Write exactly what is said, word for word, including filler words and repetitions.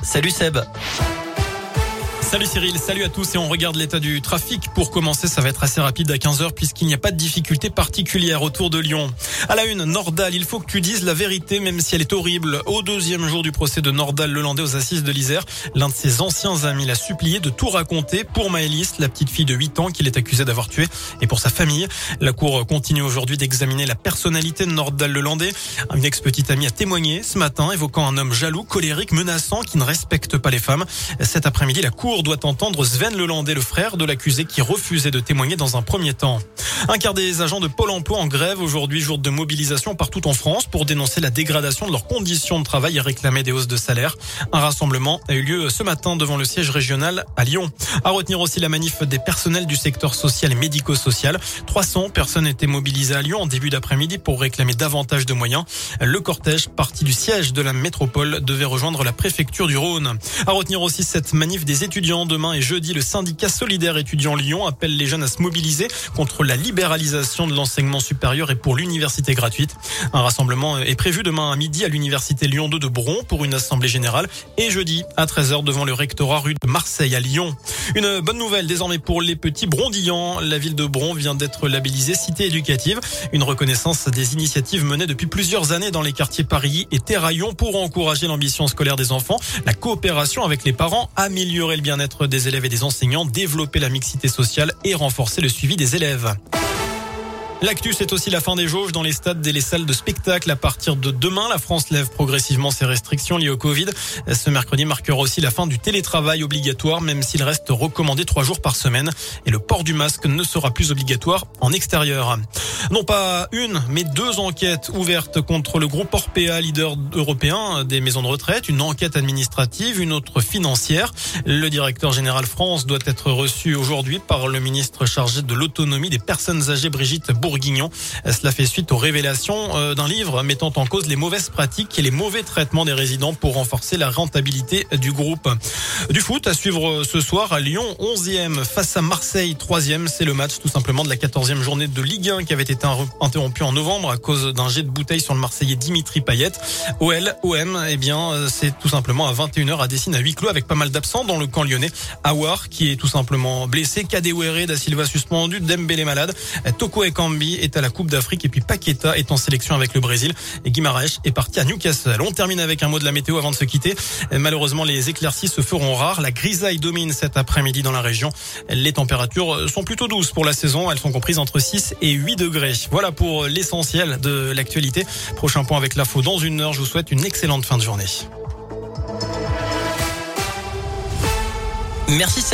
Salut Seb. Salut Cyril, salut à tous et on regarde l'état du trafic. Pour commencer, ça va être assez rapide à quinze heures puisqu'il n'y a pas de difficulté particulière autour de Lyon. À la une, Nordal, il faut que tu dises la vérité même si elle est horrible. Au deuxième jour du procès de Nordal Lelandais aux assises de l'Isère, l'un de ses anciens amis l'a supplié de tout raconter pour Maëlys, la petite fille de huit ans qu'il est accusé d'avoir tué, et pour sa famille. La cour continue aujourd'hui d'examiner la personnalité de Nordal Lelandais. Une ex-petite amie a témoigné ce matin évoquant un homme jaloux, colérique, menaçant qui ne respecte pas les femmes. Cet après-midi, la cour doit entendre Sven Lelandais, le frère de l'accusé qui refusait de témoigner dans un premier temps. Un quart des agents de Pôle emploi en grève aujourd'hui, jour de mobilisation partout en France pour dénoncer la dégradation de leurs conditions de travail et réclamer des hausses de salaire. Un rassemblement a eu lieu ce matin devant le siège régional à Lyon. À retenir aussi la manif des personnels du secteur social et médico-social. trois cents personnes étaient mobilisées à Lyon en début d'après-midi pour réclamer davantage de moyens. Le cortège parti du siège de la métropole devait rejoindre la préfecture du Rhône. À retenir aussi cette manif des étudiants. Demain et jeudi, le syndicat solidaire étudiant Lyon appelle les jeunes à se mobiliser contre la libéralisation de l'enseignement supérieur et pour l'université gratuite. Un rassemblement est prévu demain à midi à l'université Lyon deux de Bron pour une assemblée générale et jeudi à treize heures devant le rectorat rue de Marseille à Lyon. Une bonne nouvelle désormais pour les petits Brondillants. La ville de Bron vient d'être labellisée cité éducative. Une reconnaissance des initiatives menées depuis plusieurs années dans les quartiers Paris et Terraillon pour encourager l'ambition scolaire des enfants, la coopération avec les parents, améliorer le bien-être des élèves et des enseignants, développer la mixité sociale et renforcer le suivi des élèves. L'actu, c'est aussi la fin des jauges dans les stades et les salles de spectacle. À partir de demain, la France lève progressivement ses restrictions liées au Covid. Ce mercredi marquera aussi la fin du télétravail obligatoire, même s'il reste recommandé trois jours par semaine. Et le port du masque ne sera plus obligatoire en extérieur. Non pas une, mais deux enquêtes ouvertes contre le groupe Orpea, leader européen des maisons de retraite. Une enquête administrative, une autre financière. Le directeur général France doit être reçu aujourd'hui par le ministre chargé de l'autonomie des personnes âgées, Brigitte Bourguignon. Cela fait suite aux révélations d'un livre mettant en cause les mauvaises pratiques et les mauvais traitements des résidents pour renforcer la rentabilité du groupe. Du foot à suivre ce soir à Lyon, onzième face à Marseille, troisième. C'est le match tout simplement de la quatorzième journée de Ligue un qui avait été interrompu en novembre à cause d'un jet de bouteille sur le Marseillais Dimitri Payet. O L, O M, eh bien, c'est tout simplement à vingt et une heures à Dessine à huis clos avec pas mal d'absents dans le camp lyonnais. Aouar qui est tout simplement blessé, Kadewere, Da Silva suspendu, Dembélé malade, Toko Ekambi est à la Coupe d'Afrique et puis Paqueta est en sélection avec le Brésil et Guimaraes est parti à Newcastle. On termine avec un mot de la météo avant de se quitter. Malheureusement, les éclaircies se feront rares. La grisaille domine cet après-midi dans la région. Les températures sont plutôt douces pour la saison. Elles sont comprises entre six et huit degrés. Voilà pour l'essentiel de l'actualité. Prochain point avec l'info dans une heure. Je vous souhaite une excellente fin de journée. Merci.